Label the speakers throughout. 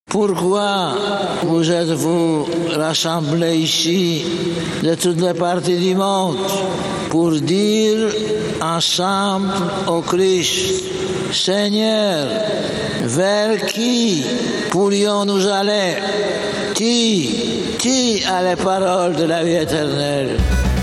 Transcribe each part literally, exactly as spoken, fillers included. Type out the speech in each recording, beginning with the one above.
Speaker 1: Pourquoi vous êtes-vous rassemblés ici de toutes les parties du monde pour dire ensemble au Christ, Seigneur, vers qui pourrions-nous aller? Qui, qui a les paroles de la vie éternelle?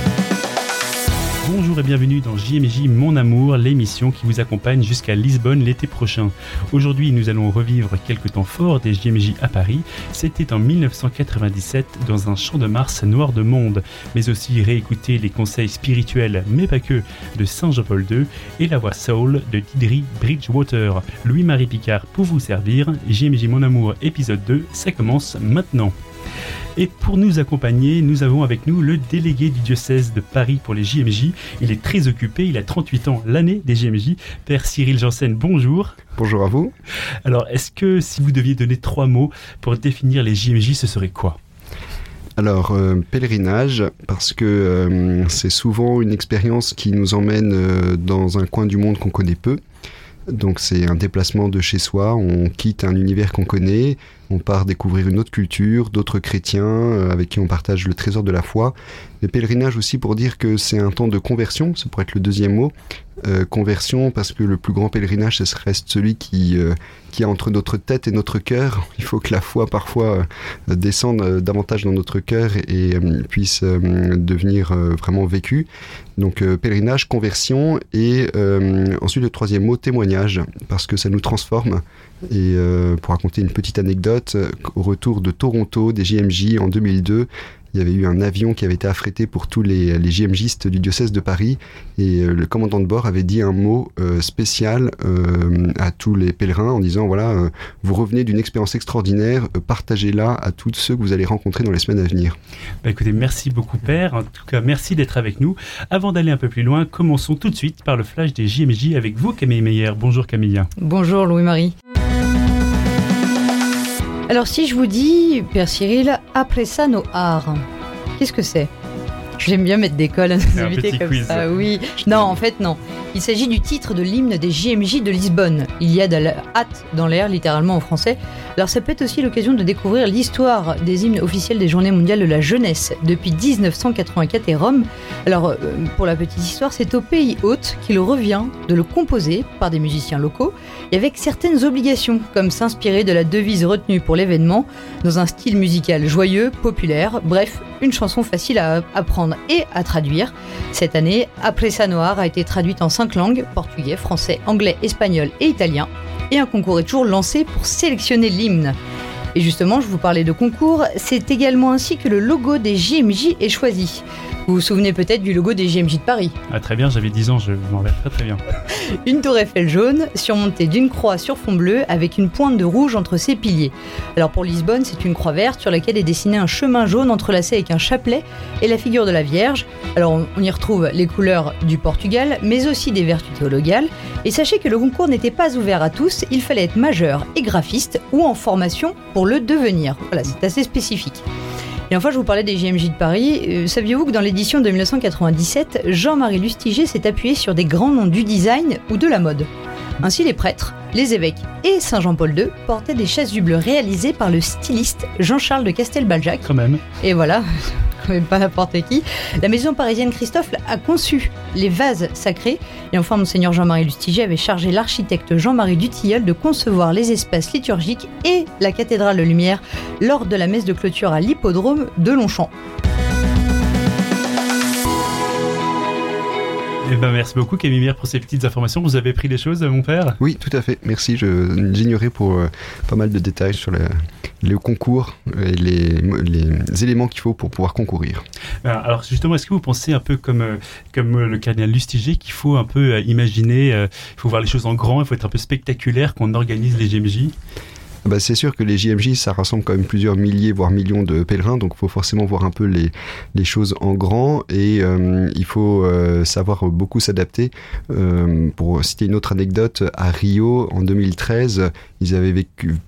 Speaker 2: Bonjour et bienvenue dans J M J Mon Amour, l'émission qui vous accompagne jusqu'à Lisbonne l'été prochain. Aujourd'hui, nous allons revivre quelques temps forts des J M J à Paris. C'était en dix-neuf cent quatre-vingt-dix-sept dans un champ de Mars noir de monde, mais aussi réécouter les conseils spirituels, mais pas que, de Saint Jean-Paul deux et la voix soul de Didri Bridgewater. Louis-Marie Picard pour vous servir. J M J Mon Amour épisode deux, ça commence maintenant. Et pour nous accompagner, nous avons avec nous le délégué du diocèse de Paris pour les J M J. Il est très occupé, il a trente-huit ans, l'année des J M J. Père Cyril Janssen, bonjour.
Speaker 3: Bonjour à vous.
Speaker 2: Alors, est-ce que si vous deviez donner trois mots pour définir les J M J, ce serait quoi ?
Speaker 3: Alors, euh, pèlerinage, parce que euh, c'est souvent une expérience qui nous emmène euh, dans un coin du monde qu'on connaît peu. Donc c'est un déplacement de chez soi, on quitte un univers qu'on connaît, on part découvrir une autre culture, d'autres chrétiens euh, avec qui on partage le trésor de la foi. Le pèlerinage aussi pour dire que c'est un temps de conversion, ça pourrait être le deuxième mot. Euh, conversion parce que le plus grand pèlerinage, ce reste celui qui, euh, qui est entre notre tête et notre cœur. Il faut que la foi parfois euh, descende euh, davantage dans notre cœur et euh, puisse euh, devenir euh, vraiment vécue. Donc euh, pèlerinage, conversion et euh, ensuite le troisième mot, témoignage, parce que ça nous transforme. Et euh, pour raconter une petite anecdote, au retour de Toronto, des J M J en deux mille deux, il y avait eu un avion qui avait été affrété pour tous les, les J M Gistes du diocèse de Paris et euh, le commandant de bord avait dit un mot euh, spécial euh, à tous les pèlerins en disant voilà, euh, vous revenez d'une expérience extraordinaire, euh, partagez-la à tous ceux que vous allez rencontrer dans les semaines à venir.
Speaker 2: Bah écoutez, merci beaucoup Père, en tout cas merci d'être avec nous. Avant d'aller un peu plus loin, commençons tout de suite par le flash des J M J avec vous Camille Meyer. Bonjour Camille.
Speaker 4: Bonjour Louis-Marie. Alors si je vous dis, Père Cyril, après ça nos arts, qu'est-ce que c'est ? J'aime bien mettre des cols à nos invités comme quiz. Ça. Oui. Non, en fait non. Il s'agit du titre de l'hymne des J M J de Lisbonne. Il y a de la hâte dans l'air, littéralement en français. Alors ça peut être aussi l'occasion de découvrir l'histoire des hymnes officiels des Journées mondiales de la jeunesse depuis dix-neuf cent quatre-vingt-quatre et Rome. Alors pour la petite histoire, c'est au pays hôte qu'il revient de le composer par des musiciens locaux et avec certaines obligations, comme s'inspirer de la devise retenue pour l'événement dans un style musical joyeux, populaire, bref, une chanson facile à apprendre et à traduire. Cette année, Apressa Noir a été traduite en cinq langues, portugais, français, anglais, espagnol et italien. Et un concours est toujours lancé pour sélectionner l'hymne. Et justement, je vous parlais de concours, c'est également ainsi que le logo des J M J est choisi. Vous vous souvenez peut-être du logo des J M J de Paris.
Speaker 2: Ah très bien, j'avais dix ans, je m'en rappelle très très bien.
Speaker 4: Une tour Eiffel jaune, surmontée d'une croix sur fond bleu, avec une pointe de rouge entre ses piliers. Alors pour Lisbonne, c'est une croix verte sur laquelle est dessiné un chemin jaune entrelacé avec un chapelet et la figure de la Vierge. Alors on y retrouve les couleurs du Portugal, mais aussi des vertus théologales. Et sachez que le concours n'était pas ouvert à tous, il fallait être majeur et graphiste ou en formation pour le devenir. Voilà, c'est assez spécifique. Et enfin, je vous parlais des J M J de Paris. Euh, saviez-vous que dans l'édition de dix-neuf cent quatre-vingt-dix-sept, Jean-Marie Lustiger s'est appuyé sur des grands noms du design ou de la mode. Ainsi, les prêtres, les évêques et Saint Jean-Paul deux portaient des chasubles réalisées par le styliste Jean-Charles de Castelbaljac.
Speaker 2: Quand même.
Speaker 4: Et voilà, quand même pas n'importe qui. La maison parisienne Christophe a conçu les vases sacrés. Et enfin, Monseigneur Jean-Marie Lustiger avait chargé l'architecte Jean-Marie Dutilleul de concevoir les espaces liturgiques et la cathédrale de Lumière lors de la messe de clôture à l'hippodrome de Longchamp.
Speaker 2: Eh ben, merci beaucoup Camille Meyer pour ces petites informations. Vous avez pris les choses, mon père ?
Speaker 3: Oui, tout à fait. Merci. Je, j'ignorais pour euh, pas mal de détails sur le, les concours et les, les éléments qu'il faut pour pouvoir concourir.
Speaker 2: Alors justement, est-ce que vous pensez un peu comme, comme le cardinal Lustiger qu'il faut un peu imaginer, il faut voir les choses en grand, il faut être un peu spectaculaire quand on organise les J M J ?
Speaker 3: Bah, c'est sûr que les J M J, ça rassemble quand même plusieurs milliers, voire millions de pèlerins, donc il faut forcément voir un peu les, les choses en grand et euh, il faut euh, savoir beaucoup s'adapter. Euh, pour citer une autre anecdote, à Rio, en deux mille treize, ils avaient vécu,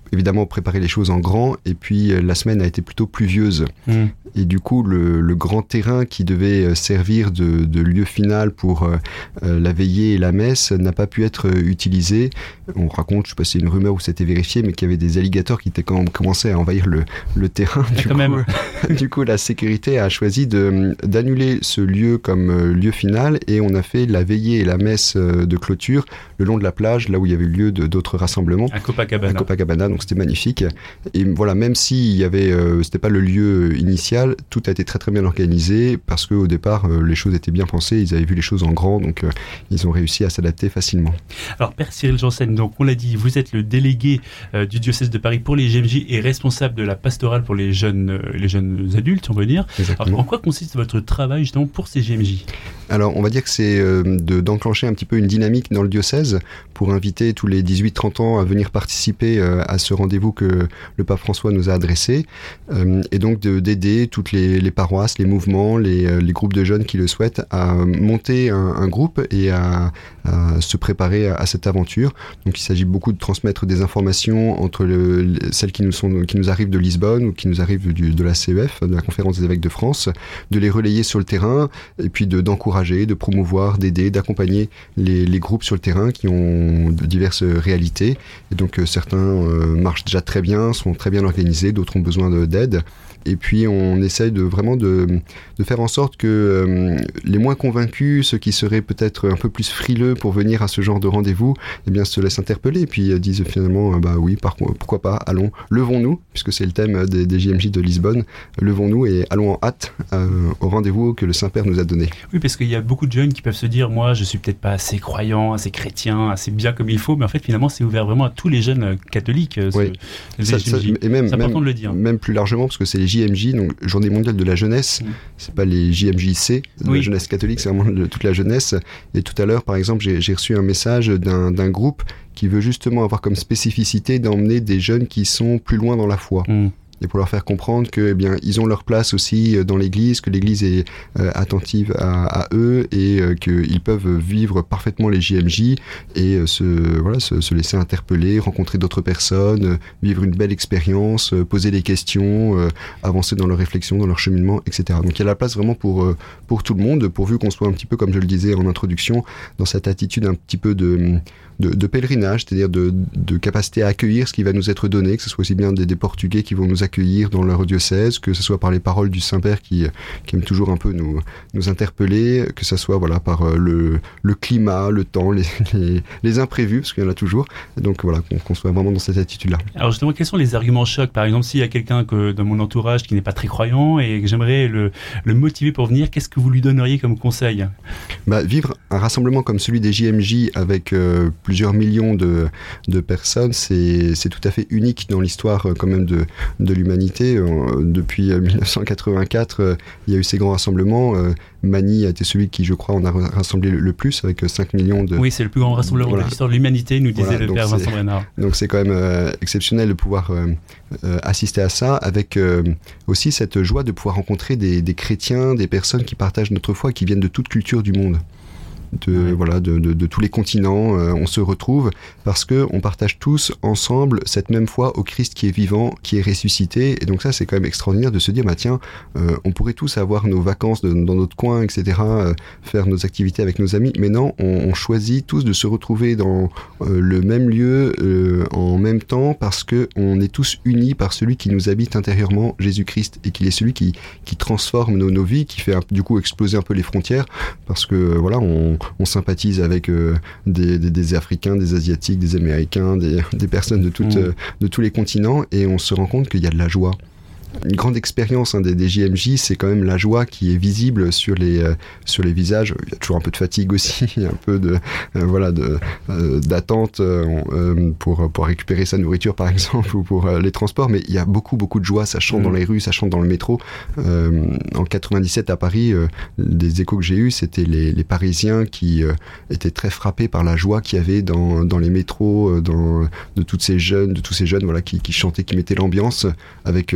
Speaker 3: évidemment préparé les choses en grand, et puis euh, la semaine a été plutôt pluvieuse. Mmh. Et du coup, le, le grand terrain qui devait servir de, de lieu final pour euh, la veillée et la messe n'a pas pu être utilisé. On raconte, je ne sais pas si c'est une rumeur ou c'était vérifié, mais qu'il y avait des alligators qui étaient quand même commencé à envahir le, le terrain. Du
Speaker 2: quand
Speaker 3: coup,
Speaker 2: même.
Speaker 3: du coup, la sécurité a choisi de, d'annuler ce lieu comme lieu final, et on a fait la veillée et la messe de clôture le long de la plage, là où il y avait eu lieu de, d'autres rassemblements.
Speaker 2: À Copacabana.
Speaker 3: À Copacabana, donc c'était magnifique. Et voilà, même s'il y avait, euh, c'était pas le lieu initial, tout a été très très bien organisé, parce qu'au départ, euh, les choses étaient bien pensées, ils avaient vu les choses en grand, donc euh, ils ont réussi à s'adapter facilement.
Speaker 2: Alors, Père Cyril Janssen, donc on l'a dit, vous êtes le délégué euh, du diocèse de Paris pour les G M J et responsable de la pastorale pour les jeunes, euh, les jeunes adultes, on va dire. Alors, en quoi consiste votre travail justement pour ces G M J ?
Speaker 3: Alors, on va dire que c'est euh, de, d'enclencher un petit peu une dynamique dans le diocèse pour inviter tous les dix-huit trente ans à venir participer euh, à ce rendez-vous que le pape François nous a adressé, euh, et donc de, d'aider toutes les, les paroisses, les mouvements, les, les groupes de jeunes qui le souhaitent à monter un, un groupe et à, à se préparer à, à cette aventure. Donc, il s'agit beaucoup de transmettre des informations entre le, celles qui nous, sont, qui nous arrivent de Lisbonne ou qui nous arrivent du, de la C E F, de la Conférence des évêques de France, de les relayer sur le terrain et puis de, d'encourager, de promouvoir, d'aider, d'accompagner les, les groupes sur le terrain qui ont de diverses réalités. Et donc, euh, certains euh, marchent déjà très bien, sont très bien organisés, d'autres ont besoin de, d'aide. Et puis on essaye de vraiment de, de faire en sorte que euh, les moins convaincus, ceux qui seraient peut-être un peu plus frileux pour venir à ce genre de rendez-vous, eh bien se laissent interpeller et puis euh, disent finalement euh, bah oui, par, pourquoi pas, allons, levons-nous, puisque c'est le thème des, des J M J de Lisbonne, levons-nous et allons en hâte euh, au rendez-vous que le Saint-Père nous a donné.
Speaker 2: Oui, parce qu'il y a beaucoup de jeunes qui peuvent se dire, moi je suis peut-être pas assez croyant, assez chrétien, assez bien comme il faut, mais en fait finalement c'est ouvert vraiment à tous les jeunes catholiques.
Speaker 3: Oui.
Speaker 2: Ce,
Speaker 3: ça, ça, et même,
Speaker 2: c'est important
Speaker 3: même,
Speaker 2: de le dire.
Speaker 3: Même plus largement, parce que c'est les J M J, donc Journée mondiale de la jeunesse, mmh. c'est pas les J M J C, de oui. la jeunesse catholique, c'est vraiment de, toute la jeunesse. Et tout à l'heure, par exemple, j'ai, j'ai reçu un message d'un, d'un groupe qui veut justement avoir comme spécificité d'emmener des jeunes qui sont plus loin dans la foi. Mmh. Et pour leur faire comprendre que, eh bien, ils ont leur place aussi dans l'Église, que l'Église est euh, attentive à, à eux et euh, qu'ils peuvent vivre parfaitement les J M J et euh, se, voilà, se, se laisser interpeller, rencontrer d'autres personnes, euh, vivre une belle expérience, euh, poser des questions, euh, avancer dans leur réflexion, dans leur cheminement, et cetera. Donc il y a la place vraiment pour, euh, pour tout le monde, pourvu qu'on soit un petit peu, comme je le disais en introduction, dans cette attitude un petit peu de... De, de pèlerinage, c'est-à-dire de, de capacité à accueillir ce qui va nous être donné, que ce soit aussi bien des, des Portugais qui vont nous accueillir dans leur diocèse, que ce soit par les paroles du Saint-Père qui, qui aime toujours un peu nous, nous interpeller, que ce soit voilà, par le, le climat, le temps, les, les, les imprévus, parce qu'il y en a toujours. Donc voilà, qu'on, qu'on soit vraiment dans cette attitude-là.
Speaker 2: Alors justement, quels sont les arguments chocs ? Par exemple, s'il y a quelqu'un que, dans mon entourage qui n'est pas très croyant et que j'aimerais le, le motiver pour venir, qu'est-ce que vous lui donneriez comme conseil ?
Speaker 3: Bah, vivre un rassemblement comme celui des J M J avec euh, plusieurs millions de, de personnes, c'est, c'est tout à fait unique dans l'histoire quand même de, de l'humanité. Euh, depuis dix-neuf cent quatre-vingt-quatre, euh, il y a eu ces grands rassemblements. Euh, Mani a été celui qui, je crois, en a rassemblé le, le plus, avec cinq millions de...
Speaker 2: Oui, c'est le plus grand rassemblement voilà. de l'histoire de l'humanité, nous disait voilà, le père Vincent Brenard.
Speaker 3: Donc c'est quand même euh, exceptionnel de pouvoir euh, euh, assister à ça, avec euh, aussi cette joie de pouvoir rencontrer des, des chrétiens, des personnes qui partagent notre foi, qui viennent de toute culture du monde. De, ouais. voilà, de, de, de tous les continents, euh, on se retrouve parce que on partage tous ensemble cette même foi au Christ qui est vivant, qui est ressuscité. Et donc ça, c'est quand même extraordinaire de se dire, bah tiens, euh, on pourrait tous avoir nos vacances de, dans notre coin, et cetera, euh, faire nos activités avec nos amis, mais non, on, on choisit tous de se retrouver dans euh, le même lieu euh, en même temps parce que on est tous unis par celui qui nous habite intérieurement, Jésus-Christ, et qu'il est celui qui, qui transforme nos, nos vies, qui fait un, du coup exploser un peu les frontières, parce que voilà, on on sympathise avec euh, des, des, des Africains, des Asiatiques, des Américains, des, des personnes de, toutes, mmh. euh, de tous les continents, et on se rend compte qu'il y a de la joie. Une grande expérience hein, des, des J M J, c'est quand même la joie qui est visible sur les euh, sur les visages. Il y a toujours un peu de fatigue aussi, un peu de euh, voilà de euh, d'attente euh, pour pour récupérer sa nourriture par exemple ou pour euh, les transports. Mais il y a beaucoup beaucoup de joie. Ça chante mmh. dans les rues, ça chante dans le métro. Euh, en quatre-vingt-dix-sept à Paris, euh, des échos que j'ai eus, c'était les, les Parisiens qui euh, étaient très frappés par la joie qu'il y avait dans dans les métros, dans de toutes ces jeunes, de tous ces jeunes voilà qui qui chantaient, qui mettaient l'ambiance avec euh,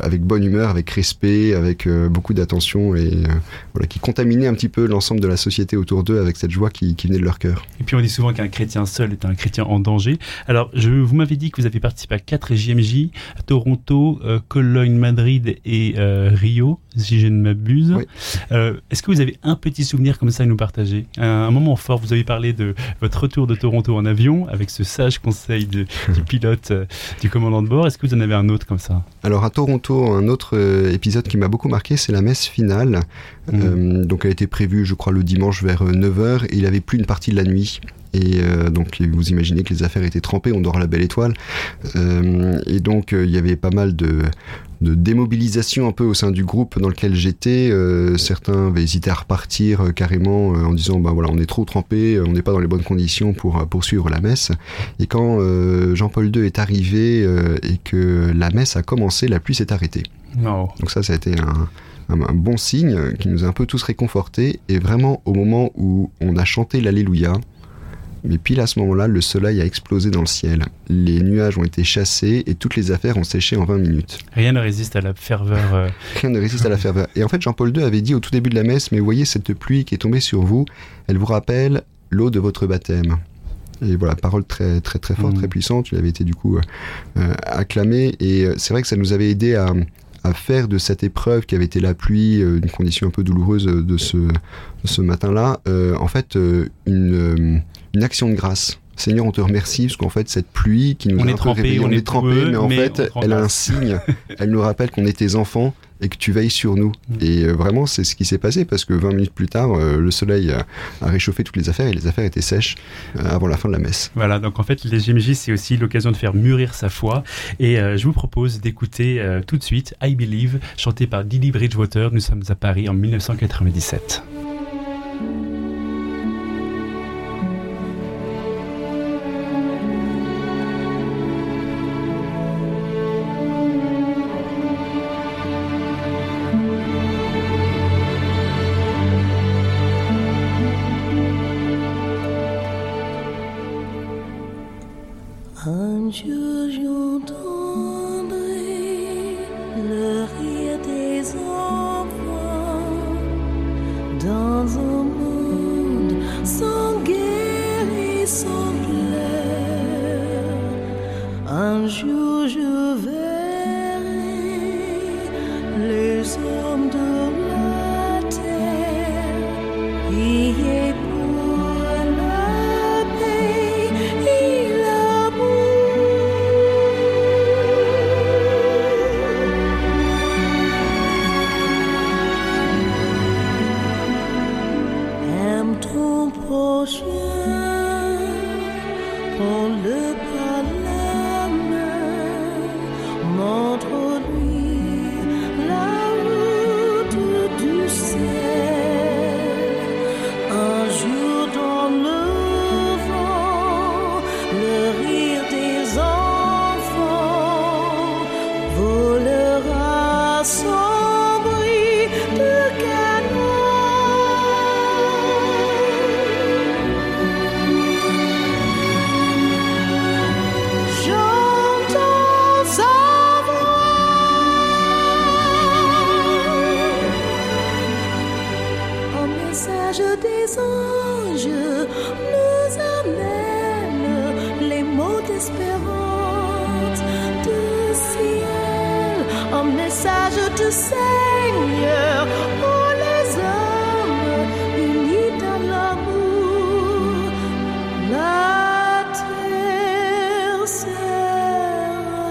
Speaker 3: avec bonne humeur, avec respect, avec euh, beaucoup d'attention et euh, voilà, qui contaminaient un petit peu l'ensemble de la société autour d'eux avec cette joie qui, qui venait de leur cœur.
Speaker 2: Et puis on dit souvent qu'un chrétien seul est un chrétien en danger. Alors je, vous m'avez dit que vous avez participé à quatre J M J, Toronto, euh, Cologne, Madrid et euh, Rio, si je ne m'abuse. Oui. Euh, est-ce que vous avez un petit souvenir comme ça à nous partager, un, un moment fort? Vous avez parlé de votre retour de Toronto en avion avec ce sage conseil de, du pilote, euh, du commandant de bord. Est-ce que vous en avez un autre comme ça?
Speaker 3: Alors à Toronto, un autre euh, épisode qui m'a beaucoup marqué, c'est la messe finale. Mmh. Euh, donc elle a été prévue, je crois, le dimanche vers neuf heures et il avait plu une partie de la nuit. Et euh, donc vous imaginez que les affaires étaient trempées, on dort à la belle étoile. Euh, et donc euh, il y avait pas mal de, de démobilisation un peu au sein du groupe dans lequel j'étais. Euh, certains avaient hésité à repartir euh, carrément euh, en disant bah voilà, on est trop trempés, on n'est pas dans les bonnes conditions pour poursuivre la messe. Et quand euh, Jean-Paul deux est arrivé euh, et que la messe a commencé, la pluie s'est arrêtée.
Speaker 2: Oh. Donc
Speaker 3: ça, ça a été un un bon signe qui nous a un peu tous réconfortés. Et vraiment au moment où on a chanté l'Alléluia, mais pile à ce moment-là, le soleil a explosé dans le ciel. Les nuages ont été chassés et toutes les affaires ont séché en vingt minutes.
Speaker 2: Rien ne résiste à la ferveur. Euh...
Speaker 3: Rien ne résiste à la ferveur. Et en fait, Jean-Paul deux avait dit au tout début de la messe, mais vous voyez cette pluie qui est tombée sur vous, elle vous rappelle l'eau de votre baptême. Et voilà, parole très très très forte, mmh. très puissante. Il avait été du coup euh, acclamé. Et c'est vrai que ça nous avait aidé à... à faire de cette épreuve qui avait été la pluie, euh, une condition un peu douloureuse de ce, de ce matin-là, euh, en fait, euh, une, euh, une action de grâce. Seigneur, on te remercie parce qu'en fait, cette pluie qui nous
Speaker 2: on
Speaker 3: a
Speaker 2: est
Speaker 3: un
Speaker 2: trempé,
Speaker 3: peu réveillés,
Speaker 2: on,
Speaker 3: on
Speaker 2: est
Speaker 3: est trempé, mais en
Speaker 2: mais
Speaker 3: fait, elle a un signe. Elle nous rappelle qu'on est tes enfants et que tu veilles sur nous. Mmh. Et euh, vraiment, c'est ce qui s'est passé parce que vingt minutes plus tard, euh, le soleil a, a réchauffé toutes les affaires et les affaires étaient sèches euh, avant la fin de la messe.
Speaker 2: Voilà, donc en fait, les J M J, c'est aussi l'occasion de faire mûrir sa foi. Et euh, je vous propose d'écouter euh, tout de suite I Believe, chanté par Didi Bridgewater. Nous sommes à Paris en dix-neuf cent quatre-vingt-dix-sept.
Speaker 5: Un jour j'entendrai le rire des enfants dans un monde sans guerre et sans pleurs. Un jour je verrai les hommes de la terre prier pour la paix et ton prochain, prends-le par la main, montre-lui la route du ciel. Un jour dans le vent, le rire des enfants volera sans bruit de canon. Des anges nous amènent les mots d'espérance du ciel, un message du Seigneur pour les hommes unis dans l'amour. La terre sera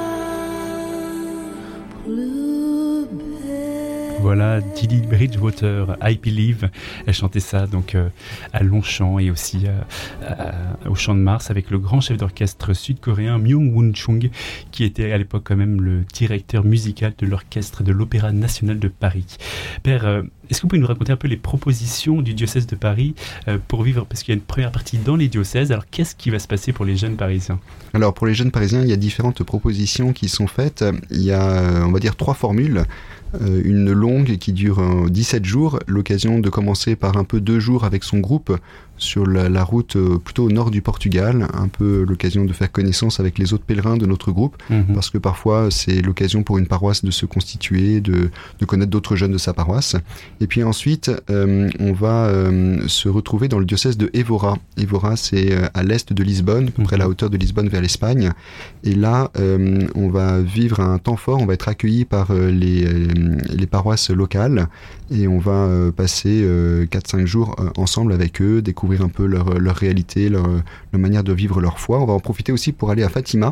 Speaker 5: plus belle.
Speaker 2: Voilà Didi Bridgewater, I Believe. Elle chantait ça donc euh, à Longchamp et aussi euh, à, au Champ de Mars avec le grand chef d'orchestre sud-coréen Myung-Whun Chung, qui était à l'époque quand même le directeur musical de l'orchestre de l'Opéra National de Paris. Père, euh, est-ce que vous pouvez nous raconter un peu les propositions du diocèse de Paris euh, pour vivre, parce qu'il y a une première partie dans les diocèses, alors qu'est-ce qui va se passer pour les jeunes parisiens?
Speaker 3: Alors pour les jeunes parisiens, il y a différentes propositions qui sont faites. Il y a, on va dire, trois formules. Euh, une longue qui dure euh, dix-sept jours, l'occasion de commencer par un peu deux jours avec son groupe sur la, la route euh, plutôt au nord du Portugal, un peu l'occasion de faire connaissance avec les autres pèlerins de notre groupe, mmh. parce que parfois c'est l'occasion pour une paroisse de se constituer, de, de connaître d'autres jeunes de sa paroisse. Et puis ensuite, euh, on va euh, se retrouver dans le diocèse de Évora. Évora, c'est euh, à l'est de Lisbonne, à peu près à la hauteur de Lisbonne vers l'Espagne. Et là, euh, on va vivre un temps fort, on va être accueillis par euh, les, euh, les paroisses locales, et on va euh, passer euh, quatre cinq jours euh, ensemble avec eux, découvrir un peu leur, leur réalité, leur, leur manière de vivre leur foi. On va en profiter aussi pour aller à Fatima,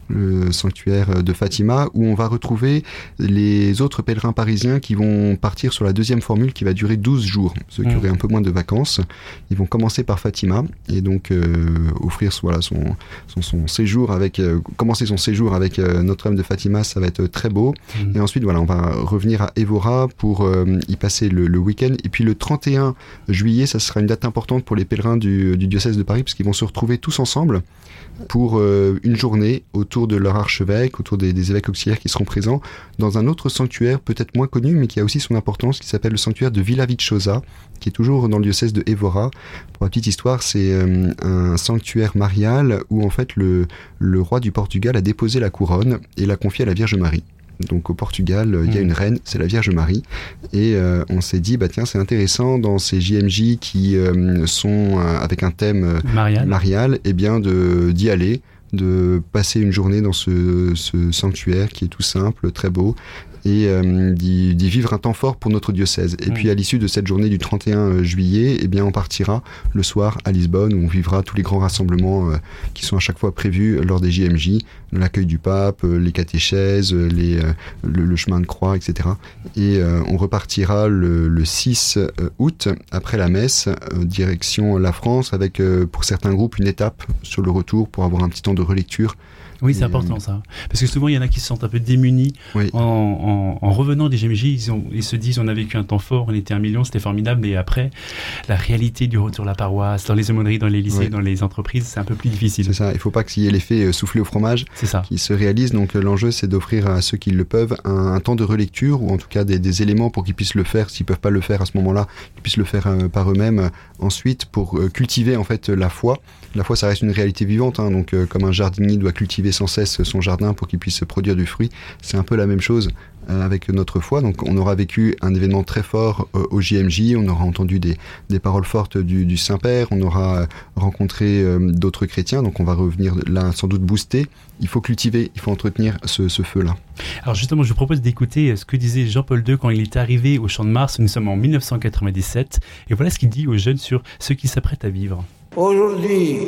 Speaker 3: le sanctuaire de Fatima, où on va retrouver les autres pèlerins parisiens qui vont partir sur la deuxième formule qui va durer douze jours, ceux qui mmh. auraient un peu moins de vacances. Ils vont commencer par Fatima et donc euh, offrir voilà, son, son, son séjour avec, euh, commencer son séjour avec euh, Notre-Dame de Fatima, ça va être très beau. Mmh. Et ensuite, voilà, on va revenir à Évora pour euh, y passer le, le week-end. Et puis le trente et un juillet, ça sera une date importante pour les pèlerins du, du diocèse de Paris, parce qu'ils vont se retrouver tous ensemble pour euh, une journée autour de leur archevêque, autour des, des évêques auxiliaires qui seront présents, dans un autre sanctuaire peut-être moins connu, mais qui a aussi son importance, qui s'appelle le sanctuaire de Villaviciosa, qui est toujours dans le diocèse de Évora. Pour la petite histoire, c'est euh, un sanctuaire marial où en fait le, le roi du Portugal a déposé la couronne et l'a confiée à la Vierge Marie. Donc au Portugal, il mmh. y a une reine, c'est la Vierge Marie. Et euh, on s'est dit, bah tiens, c'est intéressant dans ces J M J qui euh, sont euh, avec un thème euh, marial, marial eh bien de, d'y aller, de passer une journée dans ce, ce sanctuaire qui est tout simple, très beau, et euh, d'y, d'y vivre un temps fort pour notre diocèse. Et mmh. puis à l'issue de cette journée du trente et un juillet, eh bien on partira le soir à Lisbonne, où on vivra tous les grands rassemblements euh, qui sont à chaque fois prévus lors des J M J, l'accueil du pape, les catéchèses, les, euh, le, le chemin de croix, et cetera. Et euh, on repartira le, le six août, après la messe, euh, direction la France, avec euh, pour certains groupes une étape sur le retour pour avoir un petit temps de relecture.
Speaker 2: Oui, c'est et important ça. Parce que souvent, il y en a qui se sentent un peu démunis. Oui. En, en, en revenant des J M J, ils, ont, ils se disent on a vécu un temps fort, on était un million, c'était formidable. Et après, la réalité du retour à la paroisse, dans les aumôneries, dans les lycées, oui. dans les entreprises, c'est un peu plus difficile.
Speaker 3: C'est ça. Il ne faut pas qu'il y ait l'effet soufflé au fromage c'est ça. Qui se réalise. Donc l'enjeu, c'est d'offrir à ceux qui le peuvent un, un temps de relecture, ou en tout cas des, des éléments pour qu'ils puissent le faire. S'ils ne peuvent pas le faire à ce moment-là, qu'ils puissent le faire euh, par eux-mêmes. Euh, ensuite, pour euh, cultiver en fait la foi. La foi, ça reste une réalité vivante. Hein, donc, euh, comme un jardinier doit cultiver sans cesse son jardin pour qu'il puisse produire du fruit, c'est un peu la même chose euh, avec notre foi. Donc, on aura vécu un événement très fort euh, au J M J. On aura entendu des, des paroles fortes du, du Saint-Père. On aura euh, rencontré euh, d'autres chrétiens. Donc, on va revenir là sans doute boosté. Il faut cultiver, il faut entretenir ce, ce feu-là.
Speaker 2: Alors justement, je vous propose d'écouter ce que disait Jean-Paul deux quand il est arrivé au Champ de Mars. Nous sommes en dix-neuf cent quatre-vingt-dix-sept. Et voilà ce qu'il dit aux jeunes sur ce qu'ils s'apprêtent à vivre.
Speaker 1: Aujourd'hui,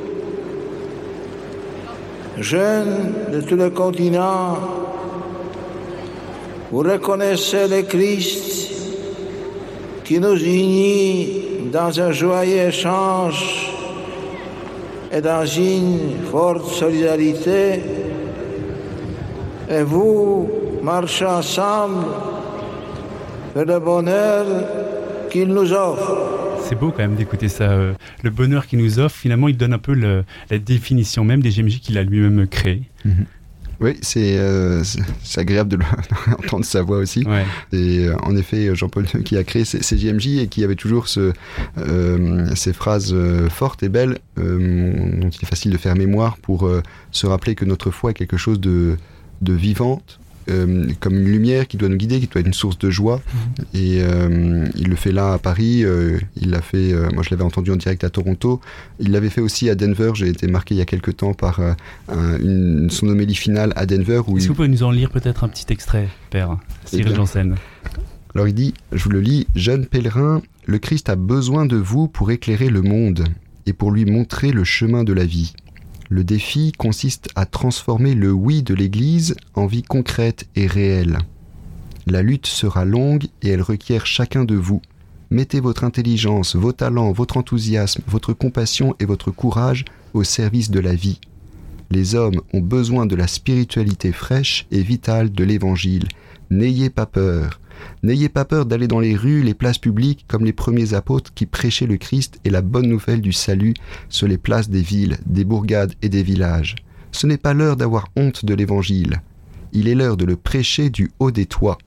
Speaker 1: jeunes de tout le continent, vous reconnaissez le Christ qui nous unit dans un joyeux échange et dans une forte solidarité, et vous marchez ensemble vers le bonheur qu'il nous offre.
Speaker 2: C'est beau quand même d'écouter ça. Euh, le bonheur qu'il nous offre, finalement, il donne un peu le, la définition même des J M J qu'il a lui-même créé.
Speaker 3: Mmh. Oui, c'est, euh, c'est, c'est agréable de entendre sa voix aussi. Ouais. Et euh, en effet, Jean-Paul deux qui a créé ces, ces J M J et qui avait toujours ce, euh, ces phrases euh, fortes et belles euh, dont il est facile de faire mémoire pour euh, se rappeler que notre foi est quelque chose de, de vivante. Euh, comme une lumière qui doit nous guider, qui doit être une source de joie. Mmh. Et euh, il le fait là à Paris, euh, il l'a fait, euh, moi je l'avais entendu en direct à Toronto, il l'avait fait aussi à Denver. J'ai été marqué il y a quelques temps par euh, un, une, son homélie finale à Denver. Où
Speaker 2: Est-ce
Speaker 3: il...
Speaker 2: que vous pouvez nous en lire peut-être un petit extrait, Père Cyril Janssen?
Speaker 3: Alors il dit, je vous le lis, « Jeunes pèlerins, le Christ a besoin de vous pour éclairer le monde et pour lui montrer le chemin de la vie. Le défi consiste à transformer le oui de l'Église en vie concrète et réelle. La lutte sera longue et elle requiert chacun de vous. Mettez votre intelligence, vos talents, votre enthousiasme, votre compassion et votre courage au service de la vie. Les hommes ont besoin de la spiritualité fraîche et vitale de l'Évangile. N'ayez pas peur. N'ayez pas peur d'aller dans les rues, les places publiques, comme les premiers apôtres qui prêchaient le Christ et la bonne nouvelle du salut sur les places des villes, des bourgades et des villages. Ce n'est pas l'heure d'avoir honte de l'Évangile. Il est l'heure de le prêcher du haut des toits.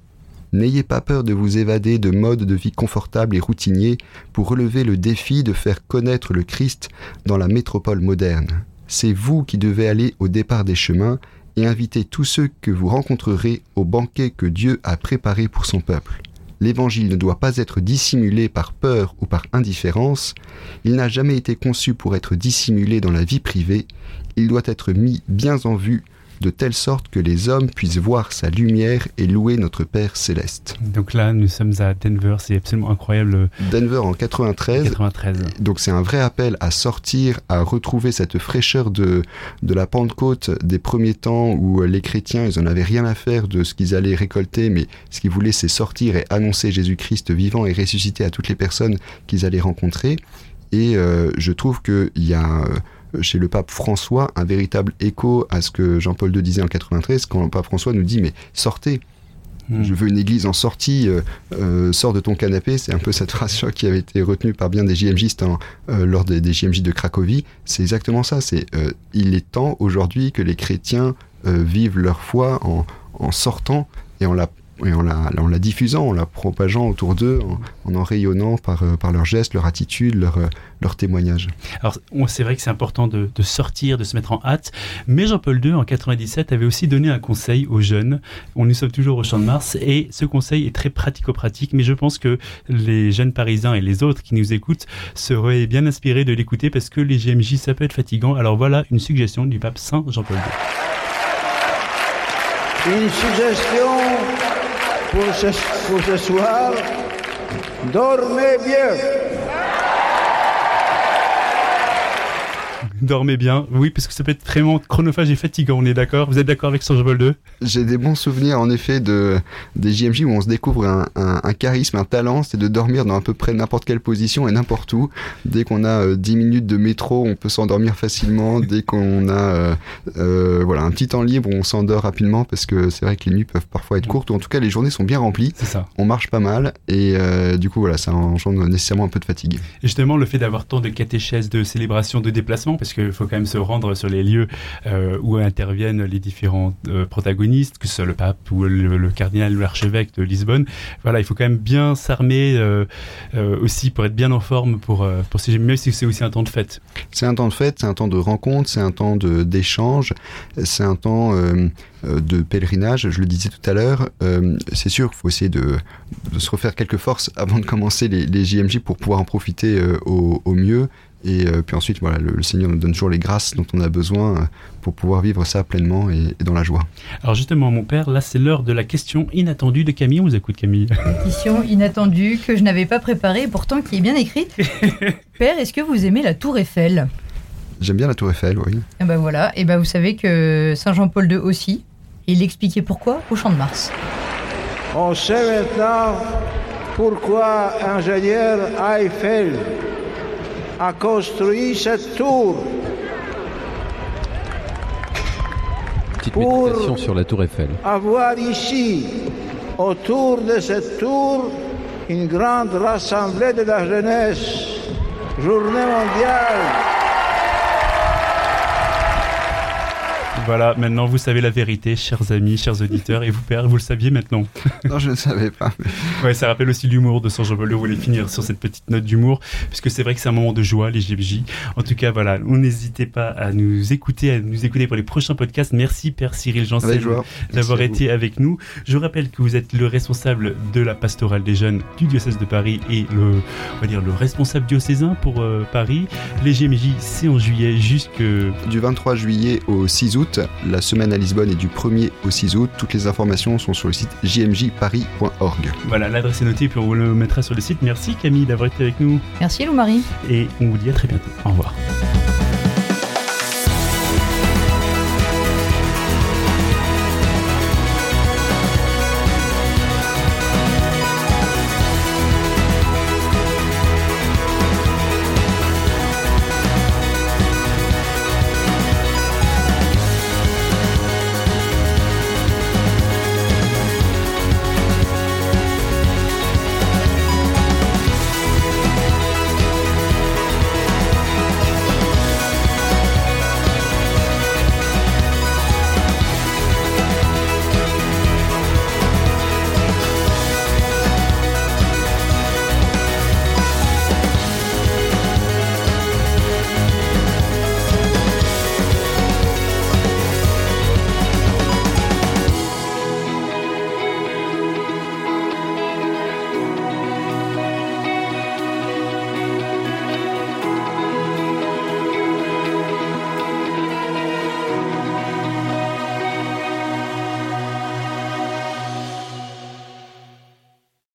Speaker 3: N'ayez pas peur de vous évader de modes de vie confortables et routiniers pour relever le défi de faire connaître le Christ dans la métropole moderne. C'est vous qui devez aller au départ des chemins et inviter tous ceux que vous rencontrerez au banquet que Dieu a préparé pour son peuple. L'Évangile ne doit pas être dissimulé par peur ou par indifférence. Il n'a jamais été conçu pour être dissimulé dans la vie privée. Il doit être mis bien en vue, de telle sorte que les hommes puissent voir sa lumière et louer notre Père céleste.
Speaker 2: Donc là, nous sommes à Denver, c'est absolument incroyable.
Speaker 3: Denver en quatre-vingt-treize.
Speaker 2: quatre-vingt-treize.
Speaker 3: Donc c'est un vrai appel à sortir, à retrouver cette fraîcheur de, de la Pentecôte des premiers temps où les chrétiens, ils en avaient rien à faire de ce qu'ils allaient récolter, mais ce qu'ils voulaient, c'est sortir et annoncer Jésus-Christ vivant et ressuscité à toutes les personnes qu'ils allaient rencontrer. Et euh, je trouve qu'il y a... Euh, chez le pape François, un véritable écho à ce que Jean-Paul deux disait en quatre-vingt-treize, quand le pape François nous dit « mais sortez, mmh. je veux une église en sortie, euh, euh, sors de ton canapé », c'est un peu cette phrase qui avait été retenue par bien des J M Gistes en, euh, lors des, des J M J de Cracovie, c'est exactement ça, c'est euh, il est temps aujourd'hui que les chrétiens euh, vivent leur foi en, en sortant et en la Et en la, en la diffusant, en la propageant autour d'eux, en en, en rayonnant par, euh, par leurs gestes, leur attitude, leur, euh, leur témoignage.
Speaker 2: Alors, on, c'est vrai que c'est important de, de sortir, de se mettre en hâte, mais Jean-Paul deux, en quatre-vingt-dix-sept, avait aussi donné un conseil aux jeunes. On nous sommes toujours au Champ de Mars, et ce conseil est très pratico-pratique, mais je pense que les jeunes parisiens et les autres qui nous écoutent seraient bien inspirés de l'écouter, parce que les J M J, ça peut être fatigant. Alors voilà une suggestion du pape Saint Jean-Paul deux.
Speaker 1: Une suggestion pour ce, pour ce soir, dormez bien.
Speaker 2: Dormez bien, oui, parce que ça peut être vraiment chronophage et fatigant, on est d'accord? Vous êtes d'accord avec Saint Jean-Paul deux?
Speaker 3: J'ai des bons souvenirs, en effet, de, des J M J où on se découvre un, un, un charisme, un talent, c'est de dormir dans à peu près n'importe quelle position et n'importe où. Dès qu'on a euh, dix minutes de métro, on peut s'endormir facilement. Dès qu'on a euh, euh, voilà, un petit temps libre, on s'endort rapidement, parce que c'est vrai que les nuits peuvent parfois être courtes, ou en tout cas les journées sont bien remplies.
Speaker 2: C'est ça.
Speaker 3: On marche pas mal, et euh, du coup, voilà, ça engendre nécessairement un peu de fatigue.
Speaker 2: Et justement, le fait d'avoir tant de catéchèses, de célébrations, de déplacements, parce qu'il faut quand même se rendre sur les lieux euh, où interviennent les différents euh, protagonistes, que ce soit le pape ou le, le cardinal ou l'archevêque de Lisbonne. Voilà, il faut quand même bien s'armer euh, euh, aussi pour être bien en forme pour, euh, pour ces même si c'est aussi un temps de fête.
Speaker 3: C'est un temps de fête, c'est un temps de rencontre, c'est un temps de, d'échange, c'est un temps euh, de pèlerinage, je le disais tout à l'heure. Euh, c'est sûr qu'il faut essayer de, de se refaire quelques forces avant de commencer les, les J M J pour pouvoir en profiter euh, au, au mieux. Et euh, puis ensuite, voilà, le, le Seigneur nous donne toujours les grâces dont on a besoin euh, pour pouvoir vivre ça pleinement et, et dans la joie.
Speaker 2: Alors justement, mon père, là c'est l'heure de la question inattendue de Camille. On vous écoute, Camille.
Speaker 4: Une question inattendue que je n'avais pas préparée, pourtant qui est bien écrite. Père, est-ce que vous aimez la Tour Eiffel?
Speaker 3: J'aime bien la Tour Eiffel, oui.
Speaker 4: Et ben voilà, et ben vous savez que Saint Jean-Paul deux aussi, et il expliquait pourquoi au Champ de Mars.
Speaker 1: On sait maintenant pourquoi ingénieur Eiffel a construit cette tour.
Speaker 6: Petite méditation sur la Tour Eiffel.
Speaker 1: Avoir ici, autour de cette tour, une grande rassemblée de la jeunesse. Journée mondiale.
Speaker 2: Voilà, maintenant vous savez la vérité, chers amis, chers auditeurs, et vous, père, vous le saviez maintenant.
Speaker 3: Non, je ne savais pas. Mais...
Speaker 2: Ouais, ça rappelle aussi l'humour de Saint Jean-Paul deux. Vous voulez finir sur cette petite note d'humour, puisque c'est vrai que c'est un moment de joie, les J M J. En tout cas, voilà, n'hésitez pas à nous écouter, à nous écouter pour les prochains podcasts. Merci, Père Cyril Janssen, d'avoir été avec nous. Je rappelle que vous êtes le responsable de la pastorale des jeunes du diocèse de Paris et le, on va dire, le responsable diocésain pour euh, Paris. Les J M J, c'est en juillet jusque...
Speaker 3: Du vingt-trois juillet au six août. La semaine à Lisbonne est du premier au six août. Toutes les informations sont sur le site j m j paris point org.
Speaker 2: Voilà, l'adresse est notée, puis on vous le mettra sur le site. Merci Camille d'avoir été avec nous.
Speaker 4: Merci Lou-Marie.
Speaker 2: Et on vous dit à très bientôt. Au revoir.